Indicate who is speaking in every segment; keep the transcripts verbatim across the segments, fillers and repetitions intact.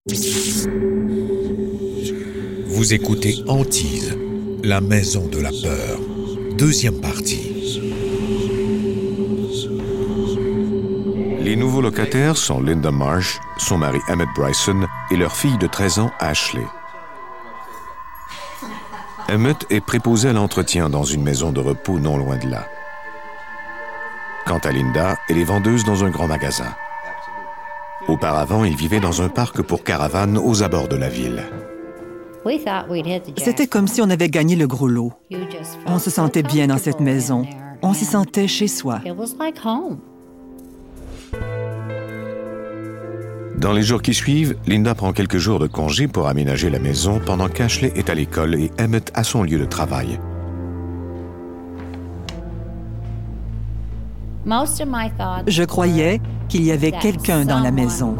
Speaker 1: Vous écoutez Hantise, la maison de la peur, deuxième partie.
Speaker 2: Les nouveaux locataires sont Linda Marsh, son mari Emmett Bryson et leur fille de treize ans, Ashley. Emmett est préposé à l'entretien dans une maison de repos non loin de là. Quant à Linda, elle est vendeuse dans un grand magasin. Auparavant, ils vivaient dans un parc pour caravanes aux abords de la ville.
Speaker 3: C'était comme si on avait gagné le gros lot. On se sentait bien dans cette maison. On s'y sentait chez soi.
Speaker 2: Dans les jours qui suivent, Linda prend quelques jours de congé pour aménager la maison pendant qu'Ashley est à l'école et Emmett à son lieu de travail.
Speaker 3: Je croyais qu'il y avait quelqu'un dans la maison.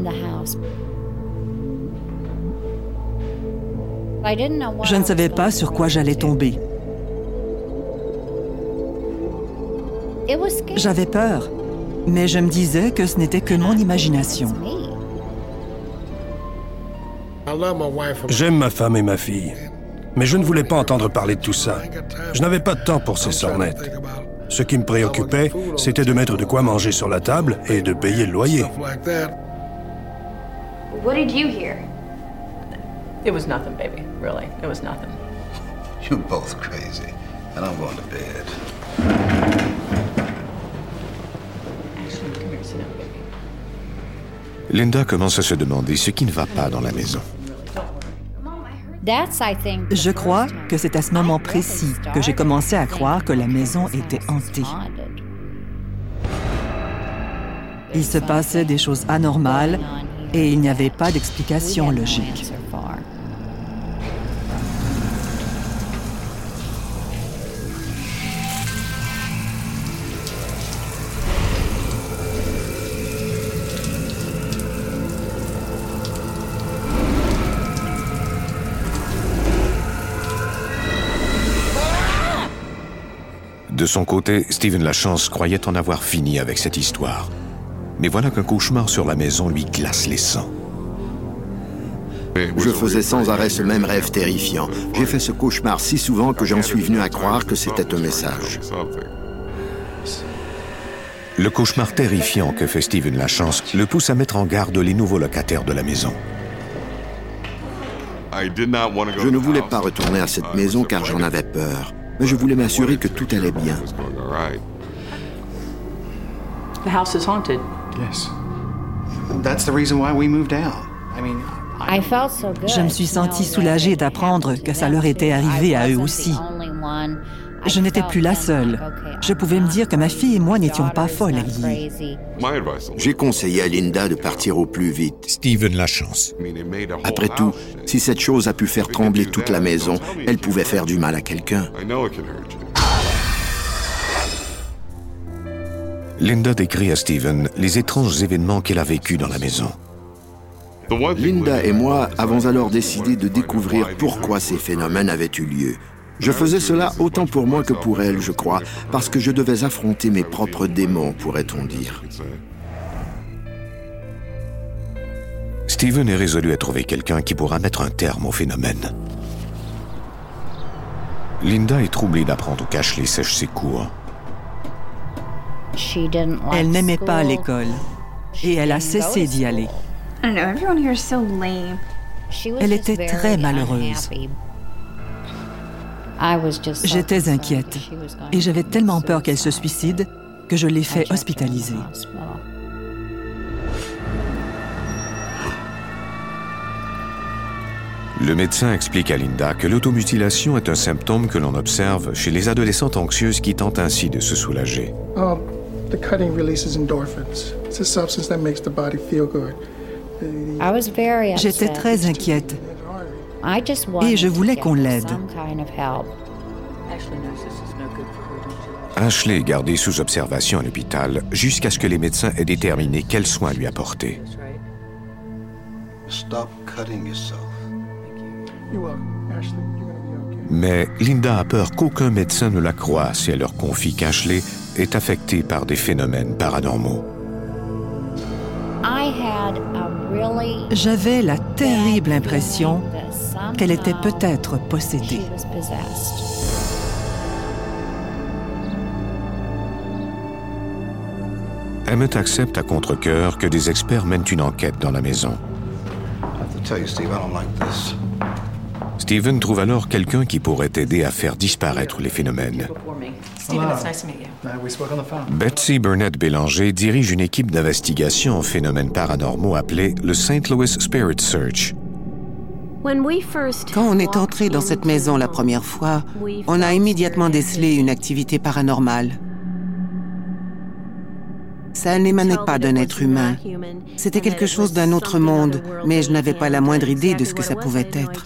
Speaker 3: Je ne savais pas sur quoi j'allais tomber. J'avais peur, mais je me disais que ce n'était que mon imagination.
Speaker 4: J'aime ma femme et ma fille, mais je ne voulais pas entendre parler de tout ça. Je n'avais pas de temps pour ces sornettes. Ce qui me préoccupait, c'était de mettre de quoi manger sur la table et de payer le loyer.
Speaker 5: What did you hear? It was nothing, baby. Really, it was nothing.
Speaker 6: You're both crazy, and I'm going to bed.
Speaker 5: Ashley, come here, sit down, baby.
Speaker 2: Linda commence à se demander ce qui ne va pas dans la maison.
Speaker 3: Je crois que c'est à ce moment précis que j'ai commencé à croire que la maison était hantée. Il se passait des choses anormales et il n'y avait pas d'explication logique.
Speaker 2: De son côté, Stephen Lachance croyait en avoir fini avec cette histoire. Mais voilà qu'un cauchemar sur la maison lui glace les sangs.
Speaker 7: Je faisais sans arrêt ce même rêve terrifiant. J'ai fait ce cauchemar si souvent que j'en suis venu à croire que c'était un message.
Speaker 2: Le cauchemar terrifiant que fait Stephen Lachance le pousse à mettre en garde les nouveaux locataires de la maison.
Speaker 7: Je ne voulais pas retourner à cette maison car j'en avais peur. Mais je voulais m'assurer que tout allait bien.
Speaker 5: The house is haunted.
Speaker 6: Yes. That's the reason why we moved out. I mean,
Speaker 3: Je me suis sentie soulagée d'apprendre que ça leur était arrivé à eux aussi. Je n'étais plus la seule. Je pouvais me dire que ma fille et moi n'étions pas folles liées.
Speaker 7: J'ai conseillé à Linda de partir au plus vite.
Speaker 1: Stephen Lachance.
Speaker 7: Après tout, si cette chose a pu faire trembler toute la maison, elle pouvait faire du mal à quelqu'un.
Speaker 2: Linda décrit à Stephen les étranges événements qu'elle a vécus dans la maison.
Speaker 7: Linda et moi avons alors décidé de découvrir pourquoi ces phénomènes avaient eu lieu. Je faisais cela autant pour moi que pour elle, je crois, parce que je devais affronter mes propres démons, pourrait-on dire.
Speaker 2: Stephen est résolu à trouver quelqu'un qui pourra mettre un terme au phénomène. Linda est troublée d'apprendre qu'Ashley sèche ses cours.
Speaker 3: Elle n'aimait pas l'école et elle a cessé d'y aller. Elle était très malheureuse. J'étais inquiète et j'avais tellement peur qu'elle se suicide que je l'ai fait hospitaliser.
Speaker 2: Le médecin explique à Linda que l'automutilation est un symptôme que l'on observe chez les adolescentes anxieuses qui tentent ainsi de se soulager.
Speaker 8: Oh, the cutting releases endorphins. It's a substance that makes the body feel good.
Speaker 3: J'étais très inquiète et je voulais qu'on l'aide.
Speaker 2: Ashley est gardée sous observation à l'hôpital jusqu'à ce que les médecins aient déterminé quels soins lui apporter.
Speaker 6: stop cutting yourself.
Speaker 2: Mais Linda a peur qu'aucun médecin ne la croie si elle leur confie qu'Ashley est affectée par des phénomènes paranormaux.
Speaker 3: J'avais la terrible impression qu'elle était peut-être possédée.
Speaker 2: Emmett accepte à contre-cœur que des experts mènent une enquête dans la maison. Steven trouve alors quelqu'un qui pourrait aider à faire disparaître les phénomènes.
Speaker 5: Stephen, it's nice to meet you.
Speaker 2: Betsy Burnett Bélanger dirige une équipe d'investigation en phénomènes paranormaux appelée le Saint Louis Spirit Search.
Speaker 9: Quand on est entré dans cette maison la première fois, on a immédiatement décelé une activité paranormale. Ça n'émanait pas d'un être humain. C'était quelque chose d'un autre monde, mais je n'avais pas la moindre idée de ce que ça pouvait être.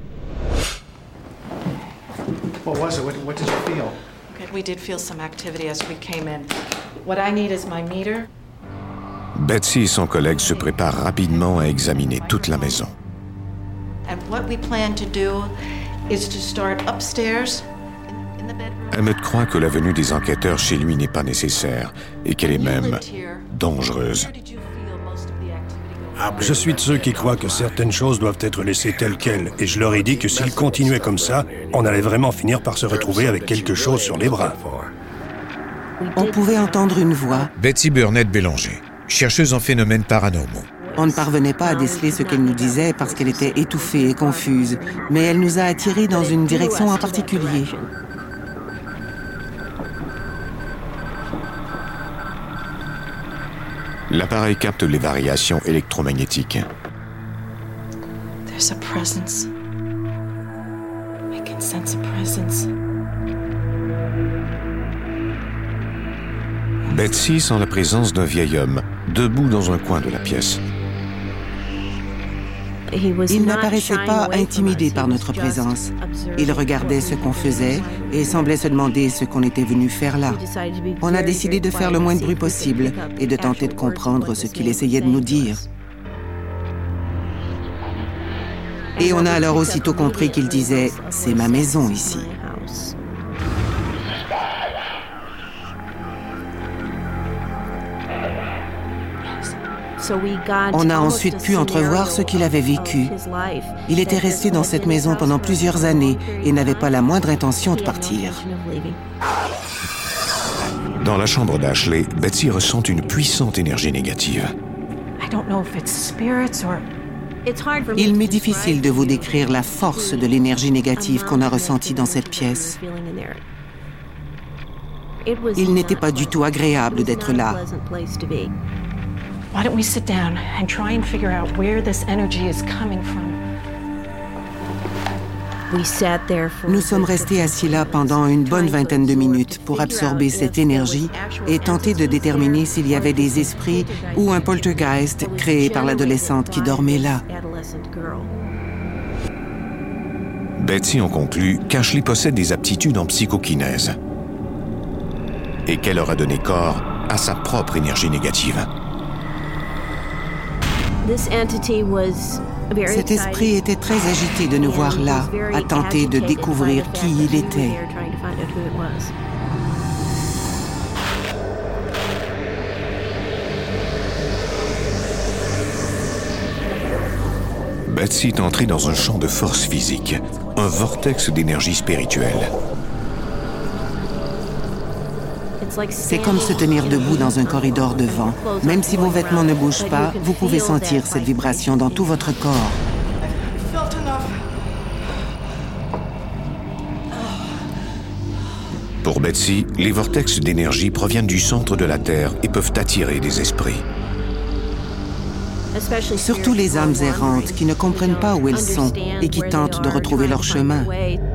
Speaker 6: What was it? What, what did you feel?
Speaker 5: Okay, we did feel some activity as we came in. What I need is my meter.
Speaker 2: Betsy et son collègue se préparent rapidement à examiner toute la maison.
Speaker 5: And what we plan to do is to start upstairs in, in the bedroom.
Speaker 2: Emmett croit que la venue des enquêteurs chez lui n'est pas nécessaire et qu'elle est même dangereuse.
Speaker 4: Je suis de ceux qui croient que certaines choses doivent être laissées telles quelles, et je leur ai dit que s'ils continuaient comme ça, on allait vraiment finir par se retrouver avec quelque chose sur les bras.
Speaker 9: On pouvait entendre une voix.
Speaker 1: Betsy Burnett Bélanger, chercheuse en phénomènes paranormaux.
Speaker 9: On ne parvenait pas à déceler ce qu'elle nous disait parce qu'elle était étouffée et confuse, mais elle nous a attirés dans une direction en particulier.
Speaker 2: L'appareil capte les variations électromagnétiques.
Speaker 5: There's a presence. I can sense a presence.
Speaker 2: Betsy sent la présence d'un vieil homme, debout dans un coin de la pièce.
Speaker 9: Il n'apparaissait pas intimidé par notre présence. Il regardait ce qu'on faisait et semblait se demander ce qu'on était venu faire là. On a décidé de faire le moins de bruit possible et de tenter de comprendre ce qu'il essayait de nous dire. Et on a alors aussitôt compris qu'il disait « C'est ma maison ici ». On a ensuite pu entrevoir ce qu'il avait vécu. Il était resté dans cette maison pendant plusieurs années et n'avait pas la moindre intention de partir.
Speaker 2: Dans la chambre d'Ashley, Betsy ressent une puissante énergie négative.
Speaker 9: Il m'est difficile de vous décrire la force de l'énergie négative qu'on a ressentie dans cette pièce. Il n'était pas du tout agréable d'être là.
Speaker 5: Why don't we sit down and try and figure out where this energy is coming from?
Speaker 9: Nous sommes restés assis là pendant une bonne vingtaine de minutes pour absorber cette énergie et tenter de déterminer s'il y avait des esprits ou un poltergeist créé par l'adolescente qui dormait là.
Speaker 2: Betsy en conclut qu'Ashley possède des aptitudes en psychokinèse et qu'elle aura donné corps à sa propre énergie négative.
Speaker 9: Cet esprit était très agité de nous voir là, à tenter de découvrir qui il était.
Speaker 2: Betsy est entrée dans un champ de force physique, un vortex d'énergie spirituelle.
Speaker 9: C'est comme se tenir debout dans un corridor de vent. Même si vos vêtements ne bougent pas, vous pouvez sentir cette vibration dans tout votre corps.
Speaker 2: Pour Betsy, les vortex d'énergie proviennent du centre de la Terre et peuvent attirer des esprits.
Speaker 9: Surtout les âmes errantes qui ne comprennent pas où elles sont et qui tentent de retrouver leur chemin.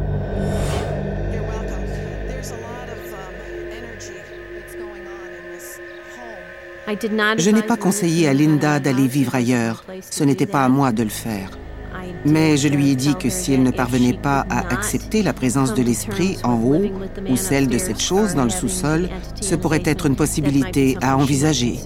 Speaker 9: Je n'ai pas conseillé à Linda d'aller vivre ailleurs. Ce n'était pas à moi de le faire. Mais je lui ai dit que si elle ne parvenait pas à accepter la présence de l'esprit en haut ou celle de cette chose dans le sous-sol, ce pourrait être une possibilité à envisager.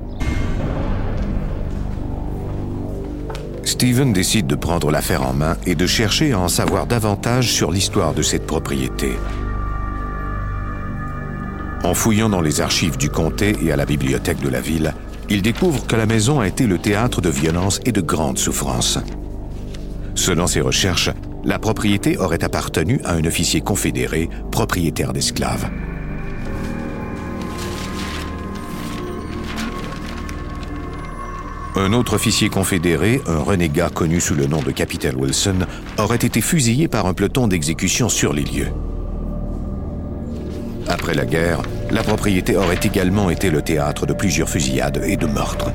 Speaker 2: Steven décide de prendre l'affaire en main et de chercher à en savoir davantage sur l'histoire de cette propriété. En fouillant dans les archives du comté et à la bibliothèque de la ville, il découvre que la maison a été le théâtre de violences et de grandes souffrances. Selon ses recherches, la propriété aurait appartenu à un officier confédéré, propriétaire d'esclaves. Un autre officier confédéré, un renégat connu sous le nom de Capitaine Wilson, aurait été fusillé par un peloton d'exécution sur les lieux. Après la guerre, la propriété aurait également été le théâtre de plusieurs fusillades et de meurtres.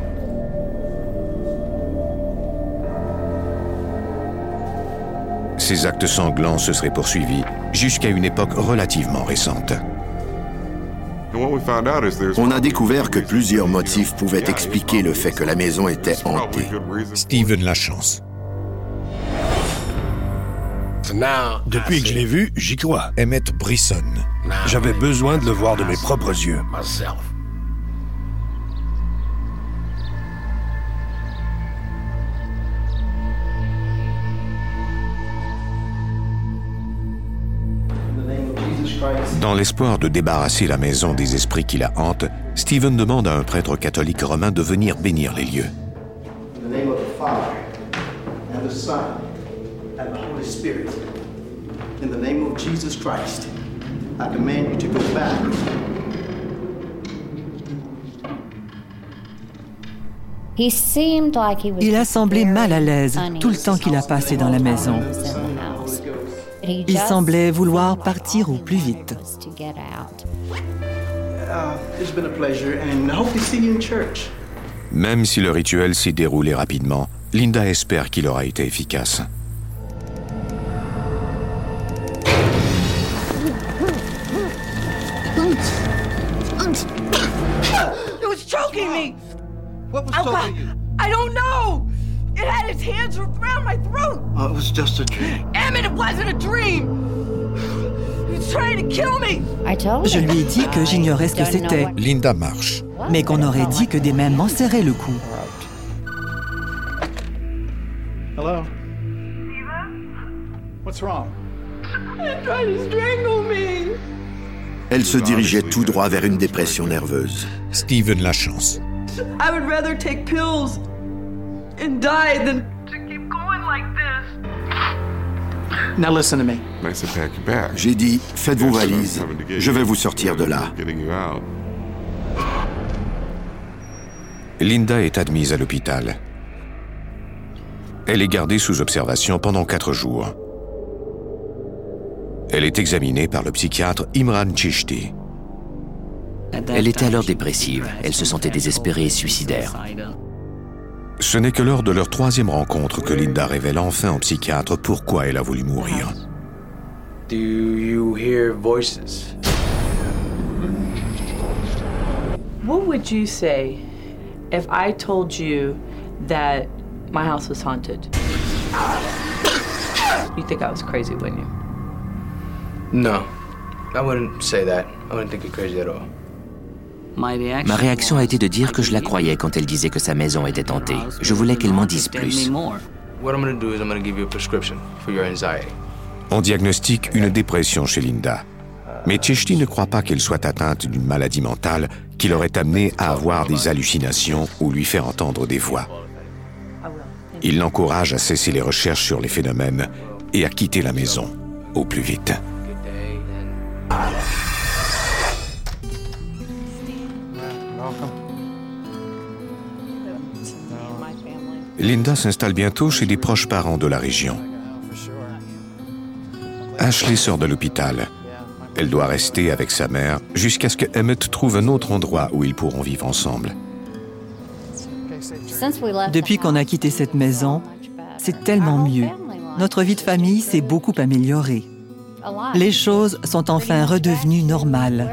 Speaker 2: Ces actes sanglants se seraient poursuivis jusqu'à une époque relativement récente.
Speaker 7: On a découvert que plusieurs motifs pouvaient expliquer le fait que la maison était hantée.
Speaker 1: Stephen Lachance.
Speaker 4: Depuis que je l'ai vu, j'y crois.
Speaker 1: Emmett Brisson.
Speaker 4: J'avais besoin de le voir de mes propres yeux.
Speaker 2: Dans l'espoir de débarrasser la maison des esprits qui la hantent, Stephen demande à un prêtre catholique romain de venir bénir les lieux.
Speaker 3: Il a semblé mal à l'aise tout le temps qu'il a passé dans la maison. Il semblait vouloir partir au plus vite.
Speaker 2: Même si le rituel s'est déroulé rapidement, Linda espère qu'il aura été efficace.
Speaker 10: It was choking me. What was choking you? I don't know. It had its hands around my throat.
Speaker 6: Oh, it was just a dream.
Speaker 10: Emmett, it wasn't a dream. He was trying to kill me.
Speaker 3: Je lui ai dit que j'ignorais ce que c'était.
Speaker 1: Linda marche.
Speaker 3: Mais qu'on aurait dit que des mains m'enserraient le cou.
Speaker 6: Hello? What's wrong?
Speaker 10: They're trying to strangle me.
Speaker 7: Elle se dirigeait tout droit vers une dépression nerveuse.
Speaker 1: Stephen Lachance.
Speaker 10: I would rather take pills and die than to keep going like this.
Speaker 6: Now listen to me.
Speaker 7: J'ai dit, faites vos valises, je vais vous sortir de là.
Speaker 2: Linda est admise à l'hôpital. Elle est gardée sous observation pendant quatre jours. Elle est examinée par le psychiatre Imran Chishti.
Speaker 11: Elle était alors dépressive. Elle se sentait désespérée et suicidaire.
Speaker 2: Ce n'est que lors de leur troisième rencontre que Linda révèle enfin au psychiatre pourquoi elle a voulu mourir.
Speaker 12: Do you hear voices?
Speaker 13: What would you say if I told you that my house was haunted? You think I was crazy, wouldn't you?
Speaker 12: No, I wouldn't say that. I wouldn't think you're crazy at all.
Speaker 11: Ma réaction a été de dire que je la croyais quand elle disait que sa maison était hantée. Je voulais qu'elle m'en dise plus.
Speaker 2: On diagnostique une dépression chez Linda. Mais Chishti ne croit pas qu'elle soit atteinte d'une maladie mentale qui l'aurait amenée à avoir des hallucinations ou lui faire entendre des voix. Il l'encourage à cesser les recherches sur les phénomènes et à quitter la maison au plus vite. Linda s'installe bientôt chez des proches parents de la région. Ashley sort de l'hôpital. Elle doit rester avec sa mère jusqu'à ce que Emmett trouve un autre endroit où ils pourront vivre ensemble.
Speaker 3: Depuis qu'on a quitté cette maison, c'est tellement mieux. Notre vie de famille s'est beaucoup améliorée. Les choses sont enfin redevenues normales.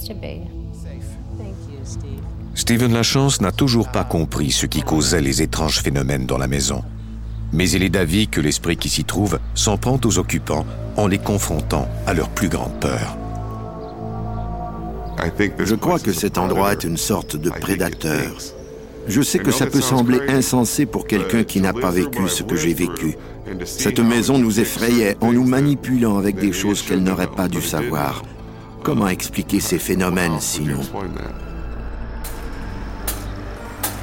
Speaker 2: Stephen Lachance n'a toujours pas compris ce qui causait les étranges phénomènes dans la maison. Mais il est d'avis que l'esprit qui s'y trouve s'en prend aux occupants en les confrontant à leur plus grande peur.
Speaker 7: Je crois que cet endroit est une sorte de prédateur. Je sais que ça peut sembler insensé pour quelqu'un qui n'a pas vécu ce que j'ai vécu. Cette maison nous effrayait en nous manipulant avec des choses qu'elle n'aurait pas dû savoir. Comment expliquer ces phénomènes sinon?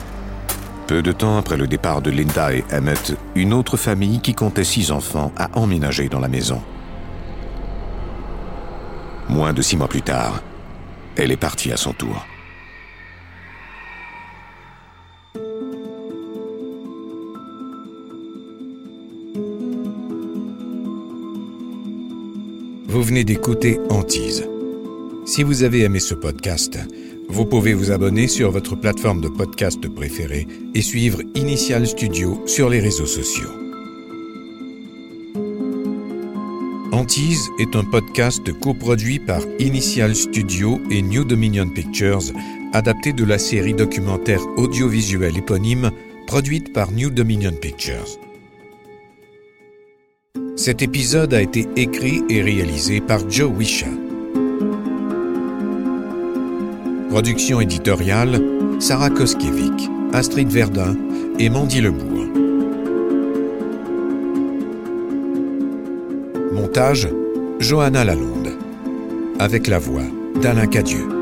Speaker 2: Peu de temps après le départ de Linda et Emmett, une autre famille qui comptait six enfants a emménagé dans la maison. Moins de six mois plus tard, elle est partie à son tour.
Speaker 1: Vous venez d'écouter Hantise. Si vous avez aimé ce podcast, vous pouvez vous abonner sur votre plateforme de podcast préférée et suivre Initial Studio sur les réseaux sociaux. Hantise est un podcast coproduit par Initial Studio et New Dominion Pictures, adapté de la série documentaire audiovisuelle éponyme produite par New Dominion Pictures. Cet épisode a été écrit et réalisé par Joe Wisha. Production éditoriale, Sarah Koskiewicz, Astrid Verdun et Mandy Lebourg. Montage, Johanna Lalonde. Avec la voix d'Alain Cadieux.